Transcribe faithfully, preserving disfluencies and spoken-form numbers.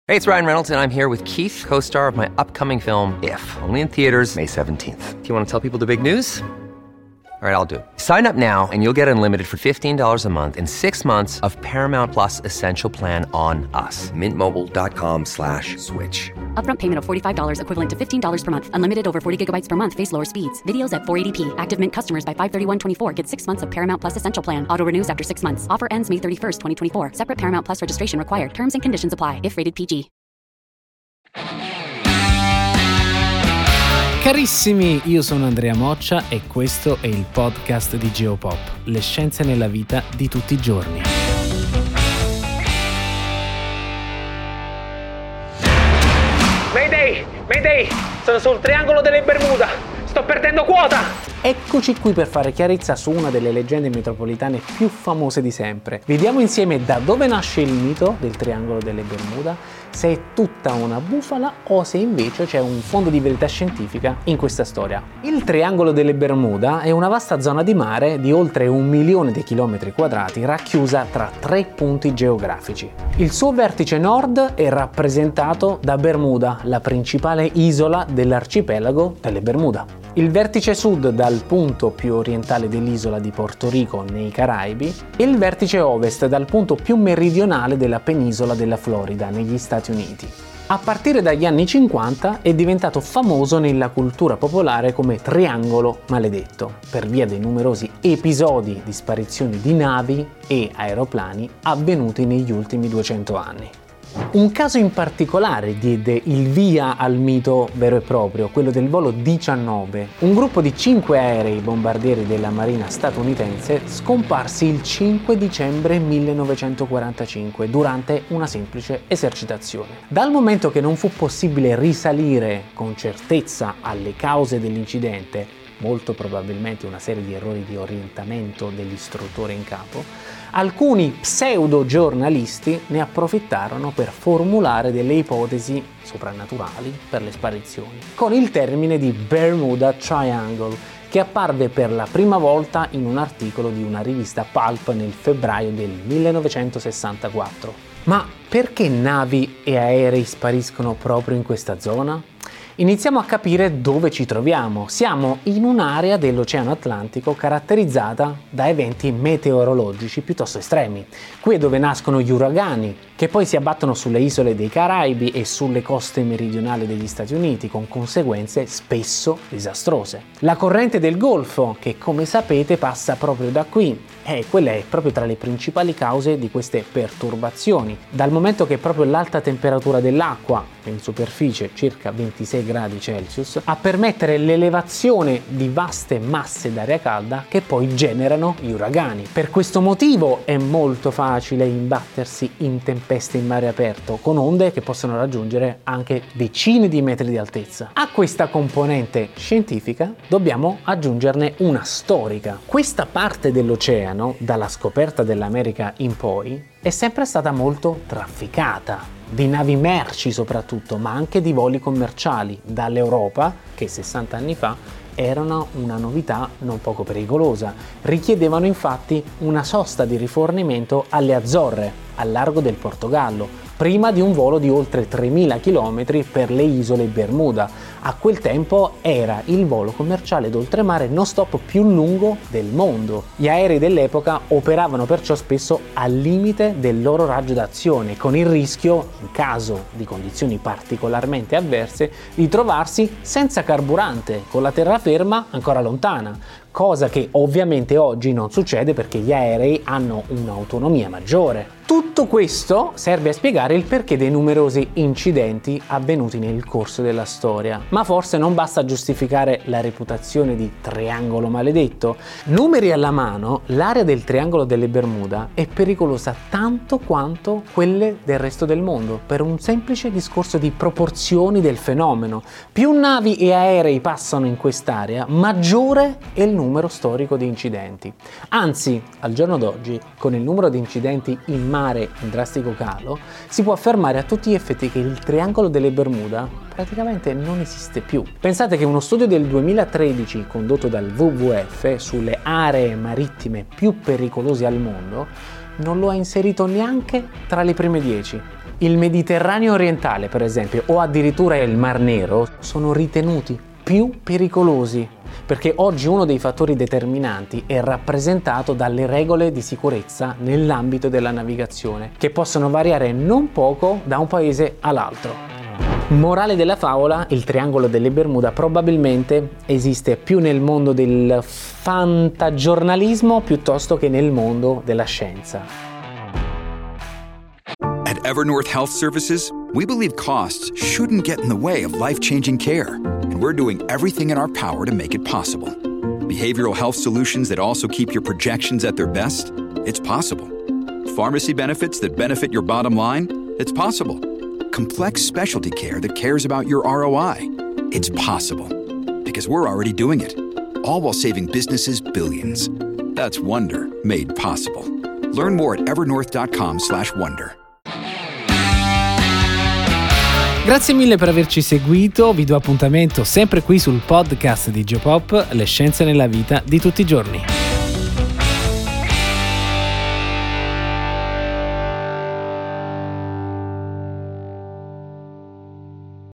Hey, it's Ryan Reynolds, and I'm here with Keith, co-star of my upcoming film, If, only in theaters May seventeenth. Do you want to tell people the big news? All right, I'll do it. Sign up now and you'll get unlimited for fifteen dollars a month and six months of Paramount Plus Essential Plan on us. Mint Mobile dot com slash switch. Upfront payment of forty-five dollars equivalent to fifteen dollars per month. Unlimited over forty gigabytes per month. Face lower speeds. Videos at four eighty p. Active Mint customers by five thirty-one twenty-four get six months of Paramount Plus Essential Plan. Auto renews after six months. Offer ends May thirty-first, twenty twenty-four. Separate Paramount Plus registration required. Terms and conditions apply if rated P G. Carissimi, io sono Andrea Moccia e questo è il podcast di Geopop, le scienze nella vita di tutti i giorni. Mayday! Mayday! Sono sul triangolo delle Bermuda! Sto perdendo quota! Eccoci qui per fare chiarezza su una delle leggende metropolitane più famose di sempre. Vediamo insieme da dove nasce il mito del triangolo delle Bermuda, se è tutta una bufala o se invece c'è un fondo di verità scientifica in questa storia. Il triangolo delle Bermuda è una vasta zona di mare di oltre un milione di chilometri quadrati racchiusa tra tre punti geografici. Il suo vertice nord è rappresentato da Bermuda, la principale isola dell'arcipelago delle Bermuda. Il vertice sud dal punto più orientale dell'isola di Porto Rico nei Caraibi e il vertice ovest dal punto più meridionale della penisola della Florida negli Stati Uniti. A partire dagli anni cinquanta è diventato famoso nella cultura popolare come triangolo maledetto, per via dei numerosi episodi di sparizioni di navi e aeroplani avvenuti negli ultimi duecento anni. Un caso in particolare diede il via al mito vero e proprio, quello del volo diciannove, un gruppo di cinque aerei bombardieri della Marina statunitense scomparsi il cinque dicembre millenovecentoquarantacinque durante una semplice esercitazione. Dal momento che non fu possibile risalire con certezza alle cause dell'incidente, molto probabilmente una serie di errori di orientamento dell'istruttore in capo, alcuni pseudo-giornalisti ne approfittarono per formulare delle ipotesi soprannaturali per le sparizioni, con il termine di Bermuda Triangle, che apparve per la prima volta in un articolo di una rivista pulp nel febbraio del millenovecentosessantaquattro. Ma perché navi e aerei spariscono proprio in questa zona? Iniziamo a capire dove ci troviamo. Siamo in un'area dell'Oceano Atlantico caratterizzata da eventi meteorologici piuttosto estremi. Qui è dove nascono gli uragani, che poi si abbattono sulle isole dei Caraibi e sulle coste meridionali degli Stati Uniti, con conseguenze spesso disastrose. La corrente del Golfo, che come sapete passa proprio da qui, e quella è proprio tra le principali cause di queste perturbazioni, dal momento che proprio l'alta temperatura dell'acqua, in superficie circa ventisei gradi Celsius, a permettere l'elevazione di vaste masse d'aria calda che poi generano gli uragani. Per questo motivo è molto facile imbattersi in tempeste in mare aperto, con onde che possono raggiungere anche decine di metri di altezza. A questa componente scientifica dobbiamo aggiungerne una storica. Questa parte dell'oceano, dalla scoperta dell'America in poi, è sempre stata molto trafficata, di navi merci soprattutto, ma anche di voli commerciali dall'Europa, che sessanta anni fa erano una novità non poco pericolosa. Richiedevano infatti una sosta di rifornimento alle Azzorre, al largo del Portogallo, prima di un volo di oltre tremila chilometri per le isole Bermuda. A quel tempo era il volo commerciale d'oltremare non stop più lungo del mondo. Gli aerei dell'epoca operavano perciò spesso al limite del loro raggio d'azione, con il rischio, in caso di condizioni particolarmente avverse, di trovarsi senza carburante, con la terraferma ancora lontana, cosa che ovviamente oggi non succede perché gli aerei hanno un'autonomia maggiore. Tutto questo serve a spiegare il perché dei numerosi incidenti avvenuti nel corso della storia, ma forse non basta giustificare la reputazione di triangolo maledetto. Numeri alla mano, l'area del triangolo delle Bermuda è pericolosa tanto quanto quelle del resto del mondo, per un semplice discorso di proporzioni del fenomeno. Più navi e aerei passano in quest'area, maggiore è il numero storico di incidenti. Anzi, al giorno d'oggi, con il numero di incidenti in mare in drastico calo, si può affermare a tutti gli effetti che il triangolo delle Bermuda praticamente non esiste più. Pensate che uno studio del duemilatredici condotto dal W W F sulle aree marittime più pericolose al mondo non lo ha inserito neanche tra le prime dieci. Il Mediterraneo orientale, per esempio, o addirittura il Mar Nero, sono ritenuti più pericolosi, perché oggi uno dei fattori determinanti è rappresentato dalle regole di sicurezza nell'ambito della navigazione, che possono variare non poco da un paese all'altro. Morale della favola, il triangolo delle Bermuda probabilmente esiste più nel mondo del fantagiornalismo piuttosto che nel mondo della scienza. At Evernorth Health Services, we believe costs shouldn't get in the way of life-changing care, and we're doing everything in our power to make it possible. Behavioral health solutions that also keep your projections at their best? It's possible. Pharmacy benefits that benefit your bottom line? It's possible. Complex specialty care that cares about your R O I? It's possible. Because we're already doing it. All while saving businesses billions. That's Wonder made possible. Learn more at evernorth.com slash wonder. Grazie mille per averci seguito, vi do appuntamento sempre qui sul podcast di Geopop, le scienze nella vita di tutti i giorni.